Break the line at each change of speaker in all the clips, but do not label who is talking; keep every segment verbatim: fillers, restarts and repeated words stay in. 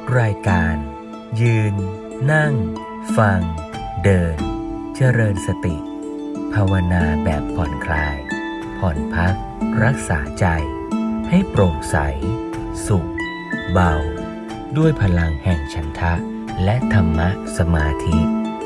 รายการยืนนั่งฟังเดินเจริญสติภาวนาแบบผ่อนคลายผ่อนพักรักษาใจให้โปร่งใสสุขเบาด้วยพลังแห่งฉันทะและธรรมะสมาธิ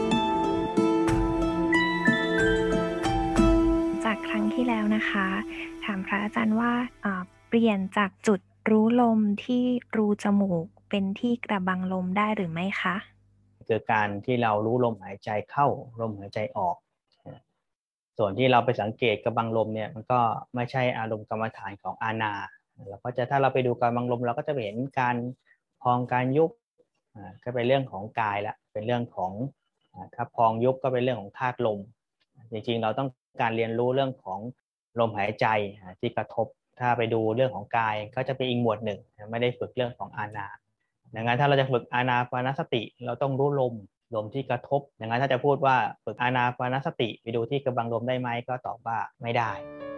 จากครั้งที่แล้วนะคะถามพระอาจารย์ว่าเปลี่ยนจากจุดรู้ลมที่รูจมูกเป็นที่กระบังลมได้หรือไม่คะ
คือการที่เรารู้ลมหายใจเข้าลมหายใจออกส่วนที่เราไปสังเกตกระบังลมเนี่ยมันก็ไม่ใช่อารมณ์กรรมฐานของอานาเราก็จะถ้าเราไปดูกระบังลมเราก็จะเห็นการพองการยุบก็เป็นเรื่องของกายละเป็นเรื่องของถ้าพองยุบก็เป็นเรื่องของธาตุลมจริงๆเราต้องการเรียนรู้เรื่องของลมหายใจที่กระทบถ้าไปดูเรื่องของกายก็จะเป็นอีกหมวดหนึ่งไม่ได้ฝึกเรื่องของอานาดังนั้นถ้าเราจะฝึกอานาปานสติเราต้องรู้ลมลมที่กระทบดังนั้นถ้าจะพูดว่าฝึกอานาปานสติไปดูที่กระบังลมได้ไหมก็ตอบว่าไม่ได้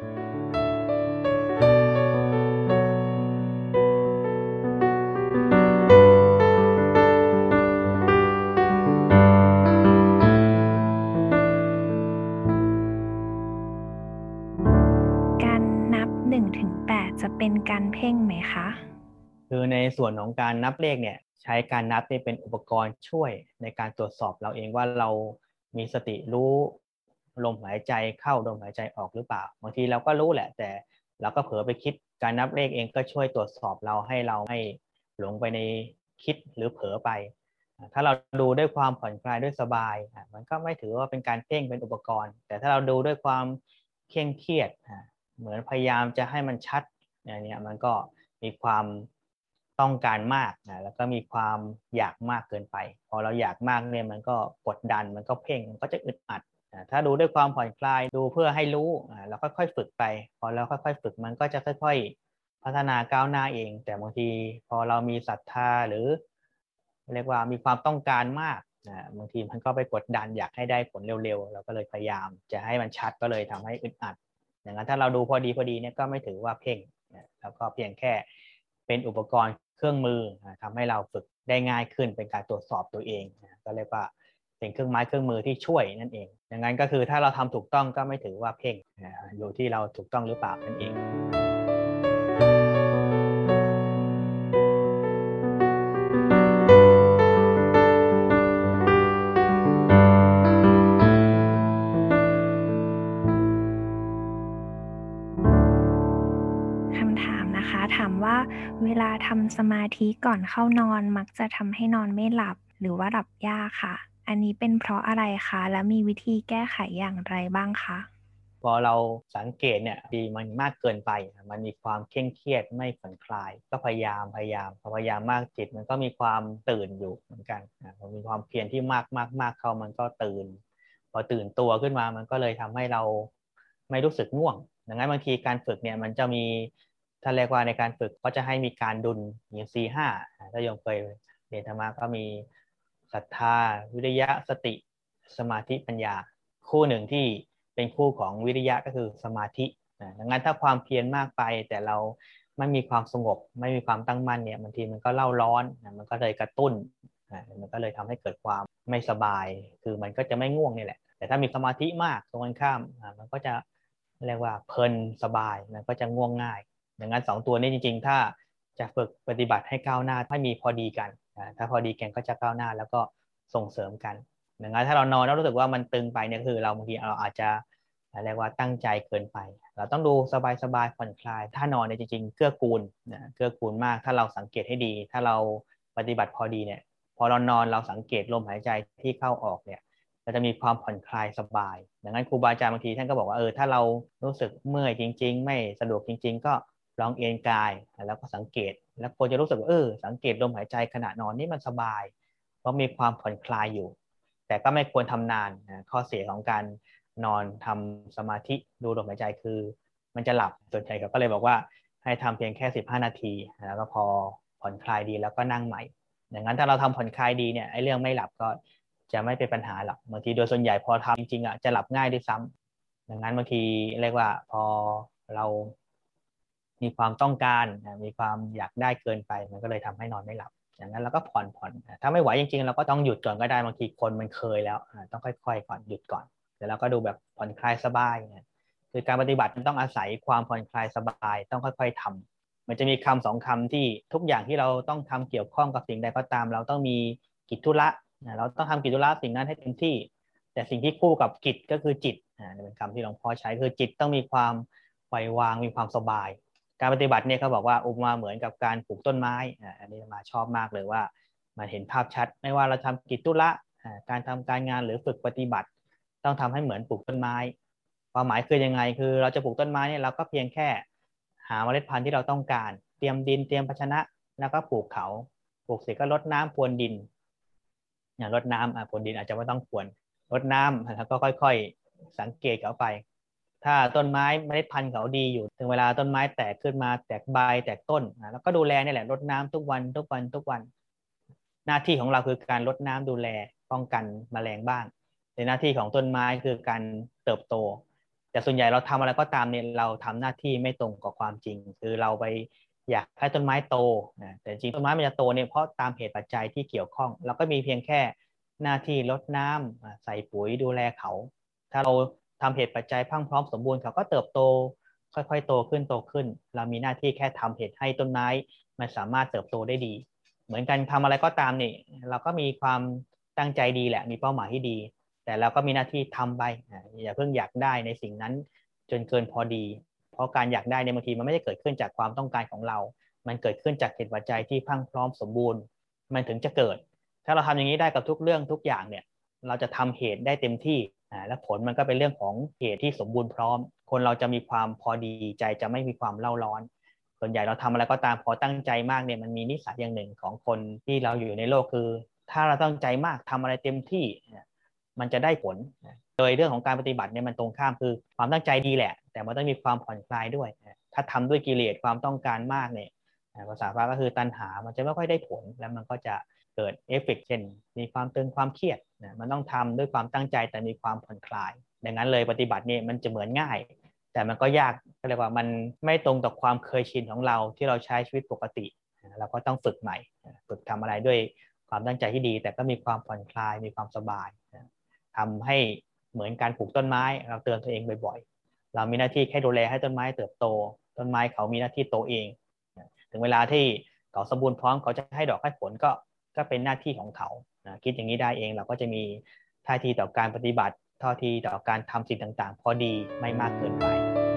การนับหนึ่งถึงแปดจะเป็นการเพ่งไหมคะ
คือในส่วนของการนับเลขเนี่ยใช้การนับนี่เป็นอุปกรณ์ช่วยในการตรวจสอบเราเองว่าเรามีสติรู้ลมหายใจเข้าลมหายใจออกหรือเปล่าบางทีเราก็รู้แหละแต่เราก็เผลอไปคิดการนับเลขเองก็ช่วยตรวจสอบเราให้เราไม่หลงไปในคิดหรือเผลอไปถ้าเราดูด้วยความผ่อนคลายด้วยสบายมันก็ไม่ถือว่าเป็นการเพ่งเป็นอุปกรณ์แต่ถ้าเราดูด้วยความเคร่งเครียดเหมือนพยายามจะให้มันชัดอย่างนี้มันก็มีความต้องการมากนะแล้วก็มีความอยากมากเกินไปพอเราอยากมากเนี่ยมันก็กดดันมันก็เพ่งมันก็จะอึดอัดนะถ้าดูด้วยความผ่อนคลายดูเพื่อให้รู้นะแล้วค่อยๆฝึกไปพอเราค่อยๆฝึกมันก็จะค่อยๆพัฒนาก้าวหน้าเองแต่บางทีพอเรามีศรัทธาหรือเรียกว่ามีความต้องการมากนะบางทีมันก็ไปกดดันอยากให้ได้ผลเร็วๆเราก็เลยพยายามจะให้มันชัดก็เลยทำให้อึดอัดอย่างนั้นถ้าเราดูพอดีพอดีเนี่ยก็ไม่ถือว่าเพ่งนะแล้วก็เพียงแค่เป็นอุปกรณ์เครื่องมือทำให้เราฝึกได้ง่ายขึ้นเป็นการตรวจสอบตัวเองก็เรียกว่าเป็นเครื่องไม้เครื่องมือที่ช่วยนั่นเองดังนั้นก็คือถ้าเราทำถูกต้องก็ไม่ถือว่าเพ่งอยู่ที่เราถูกต้องหรือเปล่านั่นเอง
ถามว่าเวลาทำสมาธิก่อนเข้านอนมักจะทำให้นอนไม่หลับหรือว่าหลับยากค่ะอันนี้เป็นเพราะอะไรคะและมีวิธีแก้ไขอย่างไรบ้างคะ
พอเราสังเกตเนี่ยดีมันมากเกินไปมันมีความเคร่งเครียดไม่ผ่อนคลายก็พยายามพยายามพยายามมากจิตมันก็มีความตื่นอยู่เหมือนกันมันมีความเพียรที่มากมากมากเข้ามันก็ตื่นพอตื่นตัวขึ้นมามันก็เลยทำให้เราไม่รู้สึกง่วงดังนั้นบางทีการฝึกเนี่ยมันจะมีถ้าเรียกว่าในการฝึกก็จะให้มีการดุลอินทรีย์ห้าถ้าโยมเคยเรียนธรรมะก็มีศรัทธาวิริยะสติสมาธิปัญญาคู่หนึ่งที่เป็นคู่ของวิริยะก็คือสมาธิดังนั้นถ้าความเพียรมากไปแต่เราไม่มีความสงบไม่มีความตั้งมั่นเนี่ยบางทีมันก็เล่าร้อนมันก็เลยกระตุ้นมันก็เลยทำให้เกิดความไม่สบายคือมันก็จะไม่ง่วงนี่แหละแต่ถ้ามีสมาธิมากตรงกันข้ามมันก็จะเรียกว่าเพลินสบายมันก็จะง่วงง่ายดังนั้นสองตัวนี้จริงๆถ้าจะฝึกปฏิบัติให้ก้าวหน้าให้มีพอดีกันถ้าพอดีกันก็จะก้าวหน้าแล้วก็ส่งเสริมกันดังนั้นถ้าเรานอนแล้วรู้สึกว่ามันตึงไปเนี่ยคือเราบางทีเราอาจจะเรียกว่าตั้งใจเกินไปเราต้องดูสบายๆผ่อนคลายถ้านอนเนี่ยจริงๆเกื้อกูลนะเกื้อกูลมากถ้าเราสังเกตให้ดีถ้าเราปฏิบัติพอดีเนี่ยพอเรานอนเราสังเกตลมหายใจที่เข้าออกเนี่ยเราจะมีความผ่อนคลายสบายดังนั้นครูบาอาจารย์บางทีท่านก็บอกว่าเออถ้าเรารู้สึกเมื่อยจริงๆไม่สะดวกจริงๆก็ลองเอนกายแล้วก็สังเกตแล้วควรจะรู้สึกว่าเออสังเกตลมหายใจขณะนอนนี่มันสบายเพราะมีความผ่อนคลายอยู่แต่ก็ไม่ควรทำนานข้อเสียของการนอนทำสมาธิดูลมหายใจคือมันจะหลับส่วนใหญ่ก็เลยบอกว่าให้ทำเพียงแค่สิบห้านาทีแล้วก็พอผ่อนคลายดีแล้วก็นั่งใหม่อย่างนั้นถ้าเราทำผ่อนคลายดีเนี่ยไอ้เรื่องไม่หลับก็จะไม่เป็นปัญหาหรอกบางทีโดยส่วนใหญ่พอทำจริงๆอ่ะจะหลับง่ายด้วยซ้ำดังนั้นบางทีเรียกว่าพอเรามีความต้องการมีความอยากได้เกินไปมันก็เลยทำให้นอนไม่หลับอย่างนั้นเราก็ผ่อนผ่อนถ้าไม่ไหวจริงๆเราก็ต้องหยุดก่อนก็ได้บางทีคนมันเคยแล้วต้องค่อยๆก่อนหยุดก่อนเดี๋ยวเราก็ดูแบบผ่อนคลายสบายคือการปฏิบัติมันต้องอาศัยความผ่อนคลายสบายต้องค่อยๆทำมันจะมีคำสองคำที่ทุกอย่างที่เราต้องทำเกี่ยวข้องกับสิ่งใดก็ตามเราต้องมีกิจธุระเราต้องทำกิจธุระสิ่งนั้นให้เต็มที่แต่สิ่งที่คู่กับกิจก็คือจิตเป็นคำที่หลวงพ่อใช้คือจิตต้องมีความปล่อยวางมีความสบายการปฏิบัติเนี่ยเขาบอกว่าอุปมาเหมือนกับการปลูกต้นไม้อันนี้มาชอบมากเลยว่ามันเห็นภาพชัดไม่ว่าเราทำกิจธุระการทำการงานหรือฝึกปฏิบัติต้องทำให้เหมือนปลูกต้นไม้ความหมายคือยังไงคือเราจะปลูกต้นไม้เนี่ยเราก็เพียงแค่หาเมล็ดพันธุ์ที่เราต้องการเตรียมดินเตรียมภาชนะแล้วก็ปลูกเขาปลูกเสร็จก็รดน้ำพรวนดินอย่างรดน้ำพรวนดินอาจจะไม่ต้องพรวนรดน้ำแล้วก็ค่อยๆสังเกตเขาไปถ้าต้นไม้เมล็ดพันธุ์เขาดีอยู่ถึงเวลาต้นไม้แตกขึ้นมาแตกใบแตกต้นแล้วก็ดูแลนี่แหละรดน้ำทุกวันทุกวันทุกวันหน้าที่ของเราคือการรดน้ำดูแลป้องกันแมลงบ้างในหน้าที่ของต้นไม้คือการเติบโตแต่ส่วนใหญ่เราทำอะไรก็ตามเนี่ยเราทำหน้าที่ไม่ตรงกับความจริงคือเราไปอยากให้ต้นไม้โตแต่จริงต้นไม้มันจะโตเนี่ยเพราะตามเหตุปัจจัยที่เกี่ยวข้องเราก็มีเพียงแค่หน้าที่รดน้ำใส่ปุ๋ยดูแลเขาถ้าเราทำเหตุปัจจัยพรั่งพร้อมสมบูรณ์เขาก็เติบโตค่อยๆโตขึ้นโตขึ้นเรามีหน้าที่แค่ทำเหตุให้ต้นไม้มันสามารถเติบโตได้ดีเหมือนกันทำอะไรก็ตามนี่เราก็มีความตั้งใจดีแหละมีเป้าหมายที่ดีแต่เราก็มีหน้าที่ทำไปอย่าเพิ่งอยากได้ในสิ่งนั้นจนเกินพอดีเพราะการอยากได้ในบางทีมันไม่ได้เกิดขึ้นจากความต้องการของเรามันเกิดขึ้นจากเหตุปัจจัยที่พรั่งพร้อมสมบูรณ์มันถึงจะเกิดถ้าเราทำอย่างนี้ได้กับทุกเรื่องทุกอย่างเนี่ยเราจะทำเหตุได้เต็มที่และผลมันก็เป็นเรื่องของเหตุที่สมบูรณ์พร้อมคนเราจะมีความพอดีใจจะไม่มีความเล่าร้อนส่วนใหญ่เราทำอะไรก็ตามพอตั้งใจมากเนี่ยมันมีนิสัยอย่างหนึ่งของคนที่เราอยู่ในโลกคือถ้าเราตั้งใจมากทำอะไรเต็มที่มันจะได้ผลโดยเรื่องของการปฏิบัติเนี่ยมันตรงข้ามคือความตั้งใจดีแหละแต่มันต้องมีความผ่อนคลายด้วยถ้าทำด้วยกิเลสความต้องการมากเนี่ยภาษาพระก็คือตัณหามันจะไม่ค่อยได้ผลแล้วมันก็จะเกิดเอฟเฟกต์เช่นมีความตึงความเครียดนะมันต้องทำด้วยความตั้งใจแต่มีความผ่อนคลายดังนั้นเลยปฏิบัติเนี่ยมันจะเหมือนง่ายแต่มันก็ยากก็เรียกว่ามันไม่ตรงต่อความเคยชินของเราที่เราใช้ชีวิตปกติเราก็ต้องฝึกใหม่ฝึกทำอะไรด้วยความตั้งใจที่ดีแต่ก็มีความผ่อนคลายมีความสบายทำให้เหมือนการปลูกต้นไม้เราเตือนตัวเองบ่อยๆเรามีหน้าที่แค่ดูแลให้ต้นไม้เติบโตต้นไม้เขามีหน้าที่โตเองถึงเวลาที่เขาสมบูรณ์พร้อมเขาจะให้ดอกให้ผลก็ก็เป็นหน้าที่ของเขานะคิดอย่างนี้ได้เองเราก็จะมีท่าทีต่อการปฏิบัติท่าทีต่อการทำสิ่งต่างๆพอดีไม่มากเกินไป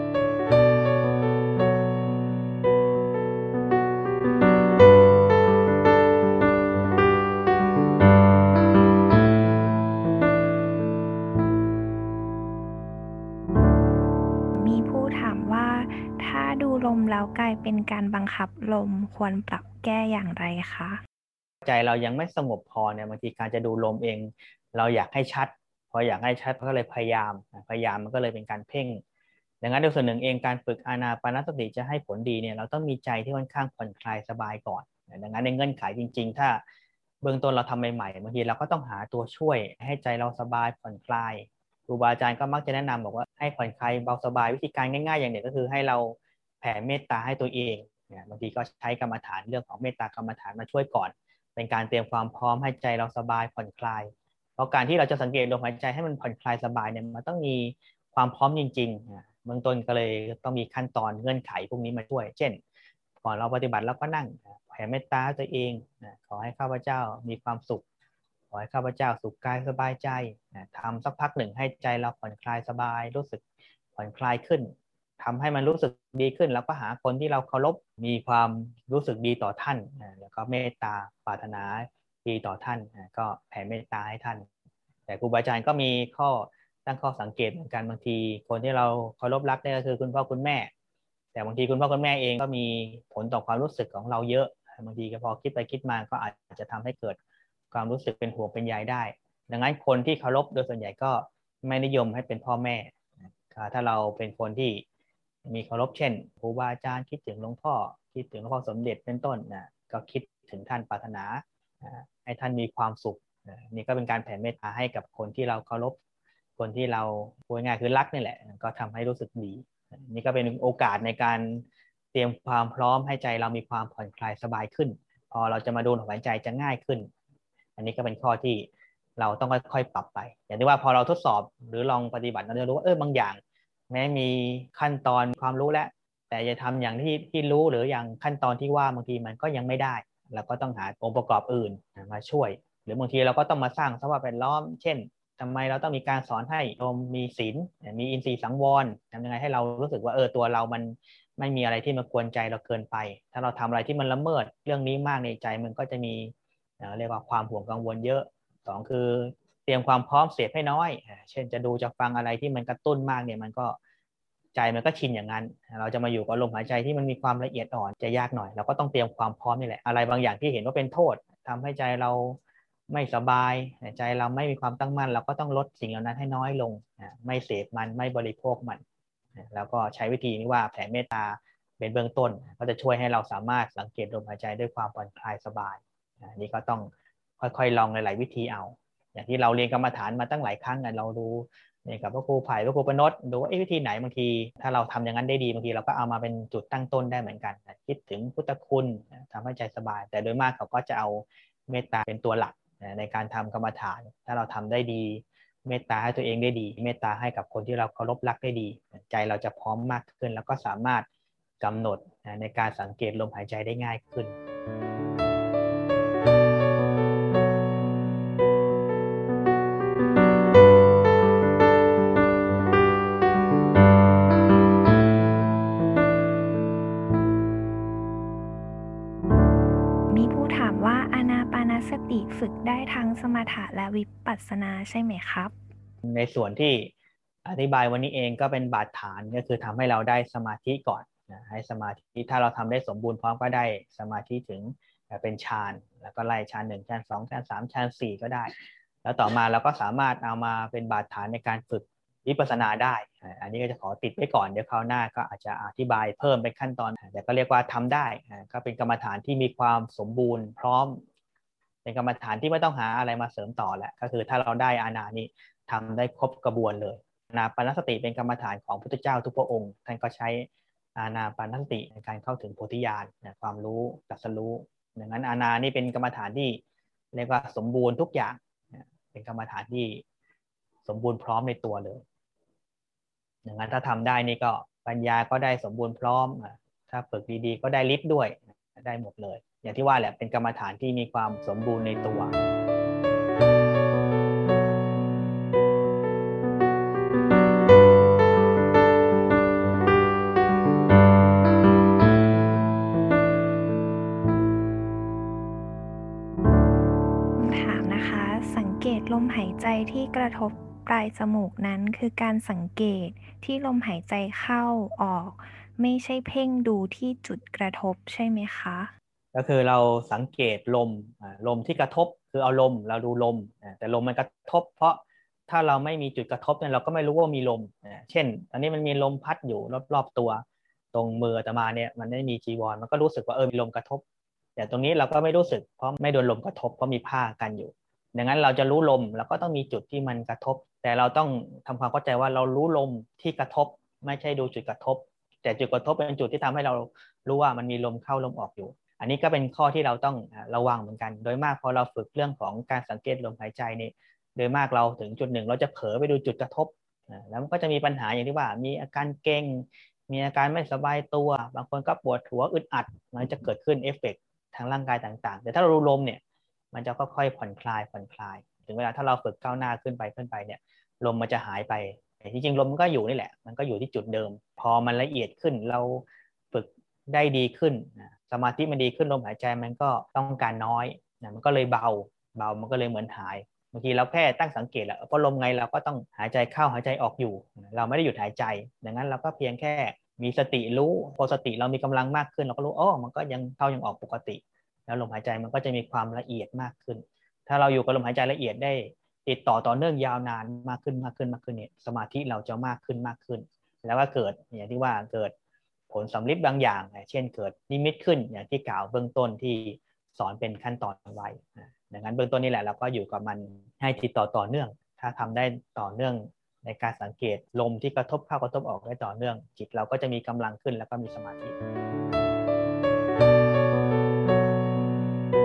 มีผู้ถามว่าถ้าดูลมแล้วกลายเป็นการบังคับลมควรปรับแก้อย่างไรคะ
ใจเรายังไม่สงบพอเนี่ยบางทีการจะดูลมเองเราอยากให้ชัดพออยากให้ชัดก็เลยพยายามพยายามมันก็เลยเป็นการเพ่งดังนั้นโดยส่วนหนึ่งเองการฝึกอานาปานสติจะให้ผลดีเนี่ยเราต้องมีใจที่ค่อนข้างผ่อนคลายสบายก่อนดังนั้นในเงื่อนไขจริงๆถ้าเบื้องต้นเราทำใหม่ๆบางทีเราก็ต้องหาตัวช่วยให้ใจเราสบายผ่อนคลายครูบาอาจารย์ก็มักจะแนะนำบอกว่าให้ผ่อนคลายเบาสบายวิธีการง่ายๆอย่างหนึ่งก็คือให้เราแผ่เมตตาให้ตัวเองบางทีก็ใช้กรรมฐานเรื่องของเมตตากรรมฐานมาช่วยก่อนเป็นการเตรียมความพร้อมให้ใจเราสบายผ่อนคลายเพราะการที่เราจะสังเกตลมหายใจให้มันผ่อนคลายสบายเนี่ยมันต้องมีความพร้อมจริงๆเบื้องต้นก็เลยต้องมีขั้นตอนเงื่อนไขพวกนี้มาช่วยเช่นก่อนเราปฏิบัติเราก็นั่งแผ่เมตตาตัวเองขอให้ข้าพเจ้ามีความสุขขอให้ข้าพเจ้าสุขกายสบายใจทำสักพักหนึ่งให้ใจเราผ่อนคลายสบายรู้สึกผ่อนคลายขึ้นทำให้มันรู้สึกดีขึ้นแล้วก็หาคนที่เราเคารพมีความรู้สึกดีต่อท่านแล้วก็เมตตาปรารถนาดีต่อท่านก็แผ่เมตตาให้ท่านแต่ครูบาอาจารย์ก็มีข้อตั้งข้อสังเกตเหมือนกันบางทีคนที่เราเคารพรักเนี่ยก็คือคุณพ่อคุณแม่แต่บางทีคุณพ่อคุณแม่เองก็มีผลต่อความรู้สึกของเราเยอะบางทีก็พอคิดไปคิดมาก็อาจจะทำให้เกิดความรู้สึกเป็นห่วงเป็นใยได้ดังนั้นคนที่เคารพโดยส่วนใหญ่ก็ไม่นิยมให้เป็นพ่อแม่ถ้าเราเป็นคนที่มีเคารพเช่นครูบาอาจารย์คิดถึงหลวงพ่อคิดถึงหลวงพ่อสมเด็จเป็นต้นนะก็คิดถึงท่านปรารถนาให้ท่านมีความสุขนี่ก็เป็นการแผ่เมตตาให้กับคนที่เราเคารพคนที่เราพูดง่ายคือรักนี่แหละก็ทำให้รู้สึกดีนี่ก็เป็นโอกาสในการเตรียมความพร้อมให้ใจเรามีความผ่อนคลายสบายขึ้นพอเราจะมาดูลมหายใจจะง่ายขึ้นอันนี้ก็เป็นข้อที่เราต้องค่อยๆปรับไปอย่างที่ว่าพอเราทดสอบหรือลองปฏิบัติเราจะรู้ว่าเออบางอย่างแม้มีขั้นตอนความรู้แล้วแต่จะทำอย่างที่ที่รู้หรืออย่างขั้นตอนที่ว่าบางทีมันก็ยังไม่ได้เราก็ต้องหาองค์ประกอบอื่นมาช่วยหรือบางทีเราก็ต้องมาสร้างสภาพแวดล้อมเช่นทำไมเราต้องมีการสอนให้โยมมีศีลมีอินทรีย์สังวรทำยังไงให้เรารู้สึกว่าเออตัวเรามันไม่มีอะไรที่มากวนใจเราเกินไปถ้าเราทำอะไรที่มันละเมิดเรื่องนี้มากในใจมันก็จะมีเรียกว่าความห่วงกังวลเยอะสองคือเตรียมความพร้อมเสพให้น้อยเช่นจะดูจะฟังอะไรที่มันกระตุ้นมากเนี่ยมันก็ใจมันก็ชินอย่างนั้นเราจะมาอยู่กับลมหายใจที่มันมีความละเอียดอ่อนจะยากหน่อยเราก็ต้องเตรียมความพร้อมนี่แหละอะไรบางอย่างที่เห็นว่าเป็นโทษทำให้ใจเราไม่สบายใจเราไม่มีความตั้งมั่นเราก็ต้องลดสิ่งเหล่านั้นให้น้อยลงไม่เสพมันไม่บริโภคมันแล้วก็ใช้วิธีนี้ว่าแผ่เมตตาเป็นเบื้องต้นก็จะช่วยให้เราสามารถสังเกตลมหายใจด้วยความผ่อนคลายสบายนี่ก็ต้องค่อยๆลองหลายๆวิธีเอาอย่างที่เราเรียนกรรมฐานมาตั้งหลายครั้งเราดูเนี่ยกับพระครูไผ่พระครูปนดดูว่าวิธีไหนบางทีถ้าเราทำอย่างนั้นได้ดีบางทีเราก็เอามาเป็นจุดตั้งต้นได้เหมือนกันคิดถึงพุทธคุณทำให้ใจสบายแต่โดยมากเขาก็จะเอาเมตตาเป็นตัวหลักในการทำกรรมฐานถ้าเราทำได้ดีเมตตาให้ตัวเองได้ดีเมตตาให้กับคนที่เราเคารพรักได้ดีใจเราจะพร้อมมากขึ้นแล้วก็สามารถกำหนดในการสังเกตลมหายใจได้ง่ายขึ้น
มีผู้ถามว่าอานาปานสติฝึกได้ทั้งสมถะและวิปัสสนาใช่ไหมครับ
ในส่วนที่อธิบายวันนี้เองก็เป็นบาดฐานก็คือทำให้เราได้สมาธิก่อนนะให้สมาธิถ้าเราทำได้สมบูรณ์พร้อมก็ได้สมาธิถึงเป็นฌานแล้วก็ไล่ฌานหนึ่งฌานสองฌานสามฌานสี่ก็ได้แล้วต่อมาเราก็สามารถเอามาเป็นบาดฐานในการฝึกวิปัสสนาได้อันนี้ก็จะขอติดไว้ก่อนเดี๋ยวคราวหน้าก็อาจจะอธิบายเพิ่มเป็นขั้นตอนแต่ก็เรียกว่าทำได้ก็เป็นกรรมฐานที่มีความสมบูรณ์พร้อมเป็นกรรมฐานที่ไม่ต้องหาอะไรมาเสริมต่อแล้วก็คือถ้าเราได้อานานี้ทำได้ครบกระบวนเลยอานาปานสติเป็นกรรมฐานของพระพุทธเจ้าทุกพระองค์ท่านก็ใช้อานาปานสติในการเข้าถึงโพธิญาณความรู้ตรัสรู้ดังนั้นอานานี่เป็นกรรมฐานที่เรียกว่าสมบูรณ์ทุกอย่างเป็นกรรมฐานที่สมบูรณ์พร้อมในตัวเลยดังนั้นถ้าทำได้นี่ก็ปัญญาก็ได้สมบูรณ์พร้อมถ้าฝึกดีๆก็ได้ฤทธิ์ด้วยได้หมดเลยอย่างที่ว่าแหละเป็นกรรมฐานที่มีความสมบูรณ์ในตัว
ลมหายใจที่กระทบปลายจมูกนั้นคือการสังเกตที่ลมหายใจเข้าออกไม่ใช่เพ่งดูที่จุดกระทบใช่ไหมคะ
ก็คือเราสังเกตลมลมที่กระทบคือเอาลมเราดูลมแต่ลมมันกระทบเพราะถ้าเราไม่มีจุดกระทบเนี่ยเราก็ไม่รู้ว่ามีลมเช่นตอนนี้มันมีลมพัดอยู่รอบๆตัวตรงมืออาตมาเนี่ยมันไม่มีจีวรมันก็รู้สึกว่าเออมีลมกระทบแต่ตรงนี้เราก็ไม่รู้สึกเพราะไม่โดนลมกระทบเพราะมีผ้ากันอยู่ดังนั้นเราจะรู้ลมเราก็ต้องมีจุดที่มันกระทบแต่เราต้องทำความเข้าใจว่าเรารู้ลมที่กระทบไม่ใช่ดูจุดกระทบแต่จุดกระทบเป็นจุดที่ทำให้เรารู้ว่ามันมีลมเข้าลมออกอยู่อันนี้ก็เป็นข้อที่เราต้องระวังเหมือนกันโดยมากพอเราฝึกเรื่องของการสังเกตลมหายใจนี่โดยมากเราถึงจุดหนึ่งเราจะเผลอไปดูจุดกระทบแล้วมันก็จะมีปัญหาอย่างที่ว่ามีอาการเกร็งมีอาการไม่สบายตัวบางคนก็ปวดหัวอึดอัดมันจะเกิดขึ้นเอฟเฟกต์ทางร่างกายต่างๆแต่ถ้าเรารู้ลมเนี่ยมันจะค่อยๆผ่อนคลายผ่อนคลายถึงเวลาถ้าเราฝึกก้าวหน้าขึ้นไปขึ้นไปเนี่ยลมมันจะหายไปจริงๆลมมันก็อยู่นี่แหละมันก็อยู่ที่จุดเดิมพอมันละเอียดขึ้นเราฝึกได้ดีขึ้นสมาธิมันดีขึ้นลมหายใจมันก็ต้องการน้อยนะมันก็เลยเบาเบามันก็เลยเหมือนหายบางทีเราแค่ตั้งสังเกตแหละเพราะลมไงเราก็ต้องหายใจเข้าหายใจออกอยู่เราไม่ได้หยุดหายใจดังนั้นเราก็เพียงแค่มีสติรู้พอสติเรามีกำลังมากขึ้นเราก็รู้อ๋อมันก็ยังเข้ายังออกปกติแล้วลมหายใจมันก็จะมีความละเอียดมากขึ้นถ้าเราอยู่กับลมหายใจละเอียดได้ติดต่อต่อเนื่องยาวนานมากขึ้นมากขึ้นมากขึ้นเนี่ยสมาธิเราจะมากขึ้นมากขึ้นแล้วก็เกิดอย่างที่ว่าเกิดผลสำลิดบางอย่างเช่นเกิดนิมิตขึ้นอย่างที่กล่าวเบื้องต้นที่สอนเป็นขั้นตอนไว้ดังนั้นเบื้องต้นนี่แหละเราก็อยู่กับมันให้ติดต่อต่อเนื่องถ้าทำได้ต่อเนื่องในการสังเกตลมที่กระทบเข้ากระทบออกได้ต่อเนื่องจิตเราก็จะมีกำลังขึ้นแล้วก็มีสมาธิ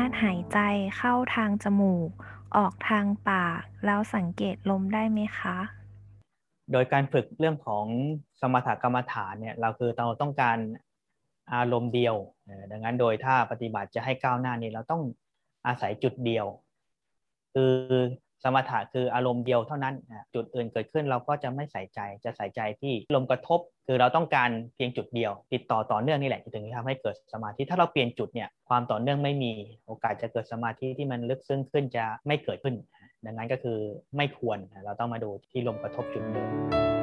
ารถหายใจเข้าทางจมูกออกทางปากแล้วสังเกตลมได้ไหมคะ
โดยการฝึกเรื่องของสมถกรรมฐานเนี่ยเราคือเราต้องการอารมณ์เดียวดังนั้นโดยถ้าปฏิบัติจะให้ก้าวหน้านี้เราต้องอาศัยจุดเดียวคือสมถะคืออารมณ์เดียวเท่านั้นจุดอื่นเกิดขึ้นเราก็จะไม่ใส่ใจจะใส่ใจที่ลมกระทบคือเราต้องการเพียงจุดเดียวติดต่อต่อเนื่องนี่แหละถึงจะทำให้เกิดสมาธิถ้าเราเปลี่ยนจุดเนี่ยความต่อเนื่องไม่มีโอกาสจะเกิดสมาธิที่มันลึกซึ้งขึ้นจะไม่เกิดขึ้นดังนั้นก็คือไม่ควรเราต้องมาดูที่ลมกระทบจุดเดิม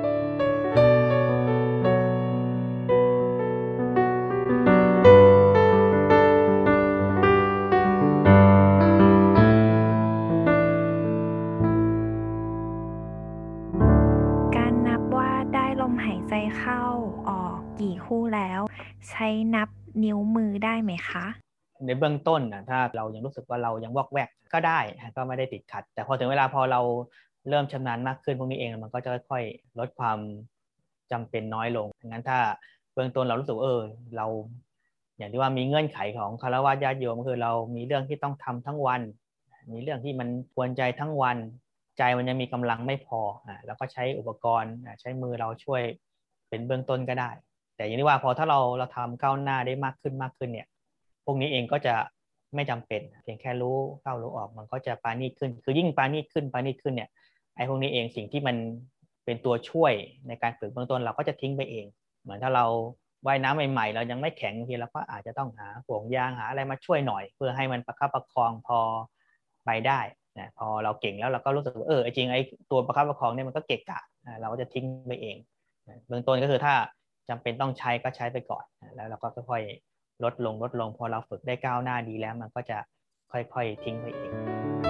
เข้าออกกี่คู่แล้วใช้นับนิ้วมือได้ไหมคะ
ในเบื้องต้นนะถ้าเรายังรู้สึกว่าเรายังวอกแวกก็ได้ก็ไม่ได้ติดขัดแต่พอถึงเวลาพอเราเริ่มชำนาญมากขึ้นพวกนี้เองมันก็จะค่อยๆลดความจำเป็นน้อยลงงั้นถ้าเบื้องต้นเรารู้สึกเออเราอย่างที่ว่ามีเงื่อนไขของคฤหัสถ์ญาติโยมก็คือเรามีเรื่องที่ต้องทำทั้งวันมีเรื่องที่มันกวนใจทั้งวันใจมันยังมีกำลังไม่พออ่ะเราก็ใช้อุปกรณ์ใช้มือเราช่วยเป็นเบื้องต้นก็ได้แต่อย่างที่ว่าพอถ้าเราเราทำก้าวหน้าได้มากขึ้นมากขึ้นเนี่ยพวกนี้เองก็จะไม่จำเป็นเพียงแค่รู้เข้ารู้ออกมันก็จะปราณีตขึ้นคือยิ่งปราณีตขึ้นปราณีตขึ้นเนี่ยไอ้พวกนี้เองสิ่งที่มันเป็นตัวช่วยในการฝึกเบื้องต้นเราก็จะทิ้งไปเองเหมือนถ้าเราว่ายน้ำใหม่ๆเรายังไม่แข็งทีเราก็อาจจะต้องหาห่วงยางหาอะไรมาช่วยหน่อยเพื่อให้มันประคับประคองพอไปได้นะพอเราเก่งแล้วเราก็รู้สึกว่าเออจริงไอ้ตัวประคับประคองเนี่ยมันก็เกะกะเราก็จะทิ้งไปเองเบื้องต้นก็คือถ้าจำเป็นต้องใช้ก็ใช้ไปก่อนแล้วเราก็ค่อยๆลดลงลดลงพอเราฝึกได้ก้าวหน้าดีแล้วมันก็จะค่อยๆทิ้งไปเอง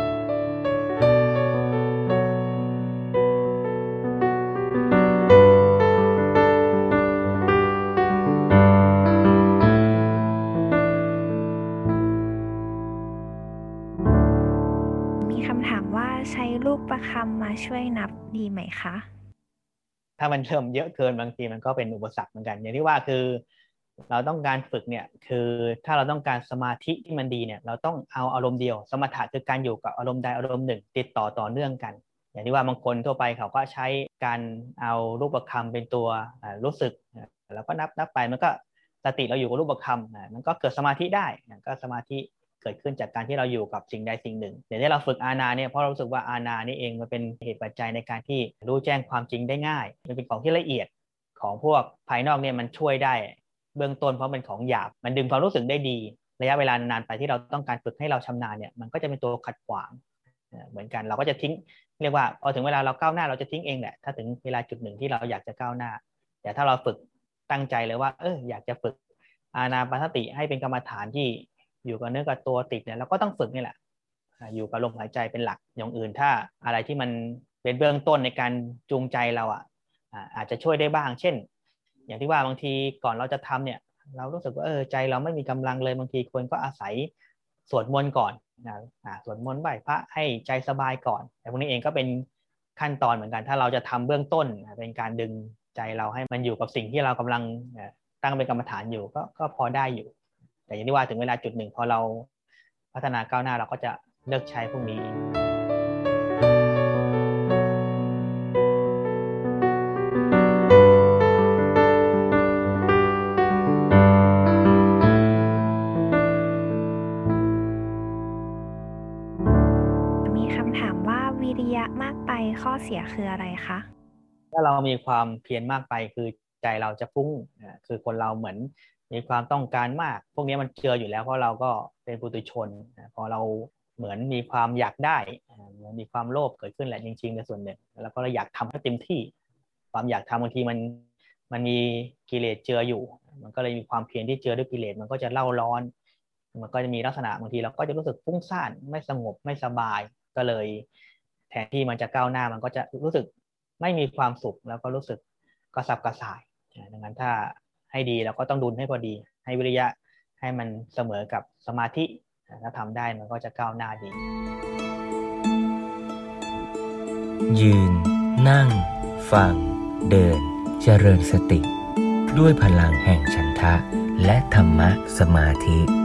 มีคำถามว่าใช้ลูกประคำมาช่วยนับดีไหมคะ
ถ้ามันเริ่มเยอะเกินบางทีมันก็เป็นอุปสรรคเหมือนกันอย่างที่ว่าคือเราต้องการฝึกเนี่ยคือถ้าเราต้องการสมาธิที่มันดีเนี่ยเราต้องเอาอารมณ์เดียวสมถะคือการอยู่กับอารมณ์ใดอารมณ์หนึ่งติดต่อต่อเนื่องกันอย่างที่ว่าบางคนทั่วไปเขาก็ใช้การเอารูปประคำเป็นตัวรู้สึกแล้วก็นับนับไปมันก็สติเราอยู่กับรูปประคำมันก็เกิดสมาธิได้ก็สมาธิเกิดขึ้นจากการที่เราอยู่กับสิ่งใดสิ่งหนึ่งอย่างที่เราฝึกอานาเนี่ยเพราะเรารู้สึกว่าอานานี่เองมันเป็นเหตุปัจจัยในการที่รู้แจ้งความจริงได้ง่ายมันเป็นของที่ละเอียดของพวกภายนอกเนี่ยมันช่วยได้เบื้องต้นเพราะเป็นของหยาบมันดึงความรู้สึกได้ดีระยะเวลานานไปที่เราต้องการฝึกให้เราชำนาญเนี่ยมันก็จะเป็นตัวขัดขวางเหมือนกันเราก็จะทิ้งเรียกว่าพอถึงเวลาเราก้าวหน้าเราจะทิ้งเองแหละถ้าถึงเวลาจุดหนึ่งที่เราอยากจะก้าวหน้าแต่ถ้าเราฝึกตั้งใจเลยว่าเอออยากจะฝึกอานาปานสติให้เป็นกรรมฐานที่อยู่กับเนื้อกับตัวติดเนี่ยเราก็ต้องฝึกนี่แหละอยู่กับลมหายใจเป็นหลักอย่างอื่นถ้าอะไรที่มันเป็นเบื้องต้นในการจูงใจเราอ่ะอาจจะช่วยได้บ้างเช่นอย่างที่ว่าบางทีก่อนเราจะทำเนี่ยเรารู้สึกว่าเออใจเราไม่มีกำลังเลยบางทีคนก็อาศัยสวดมนต์ก่อนนะสวดมนต์ไหว้พระให้ใจสบายก่อนแต่พวกนี้เองก็เป็นขั้นตอนเหมือนกันถ้าเราจะทำเบื้องต้นเป็นการดึงใจเราให้มันอยู่กับสิ่งที่เรากำลังตั้งเป็นกรรมฐานอยู่ก็ก็พอได้อยู่แต่อย่างที่ว่าถึงเวลาจุดหนึ่งพอเราพัฒนาก้าวหน้าเราก็จะเลิกใช้พวกนี้
มีคำถามว่าวิริยะมากไปข้อเสียคืออะไรคะ
ถ้าเรามีความเพียรมากไปคือใจเราจะฟุ้งคือคนเราเหมือนมีความต้องการมากพวกนี้มันเจออยู่แล้วเพราะเราก็เป็นปุถุชนพอเราเหมือนมีความอยากได้มีความโลภเกิดขึ้นแหละจริงๆในส่วนหนึ่งแล้วก็เราอยากทำให้เต็มที่ความอยากทำบางทีมันมันมีกิเลสเจืออยู่มันก็เลยมีความเพียรที่เจือด้วยกิเลสมันก็จะเล่าร้อนมันก็จะมีลักษณะบางทีเราก็จะรู้สึกฟุ้งซ่านไม่สงบไม่สบายก็เลยแทนที่มันจะก้าวหน้ามันก็จะรู้สึกไม่มีความสุขแล้วก็รู้สึกกระสับกระส่ายดังนั้นถ้าให้ดีเราก็ต้องดุลให้พอดีให้วิริยะให้มันเสมอกับสมาธิถ้าทำได้มันก็จะก้าวหน้าดี
ยืนนั่งฟังเดินเจริญสติด้วยพลังแห่งฉันทะและธรรมะสมาธิ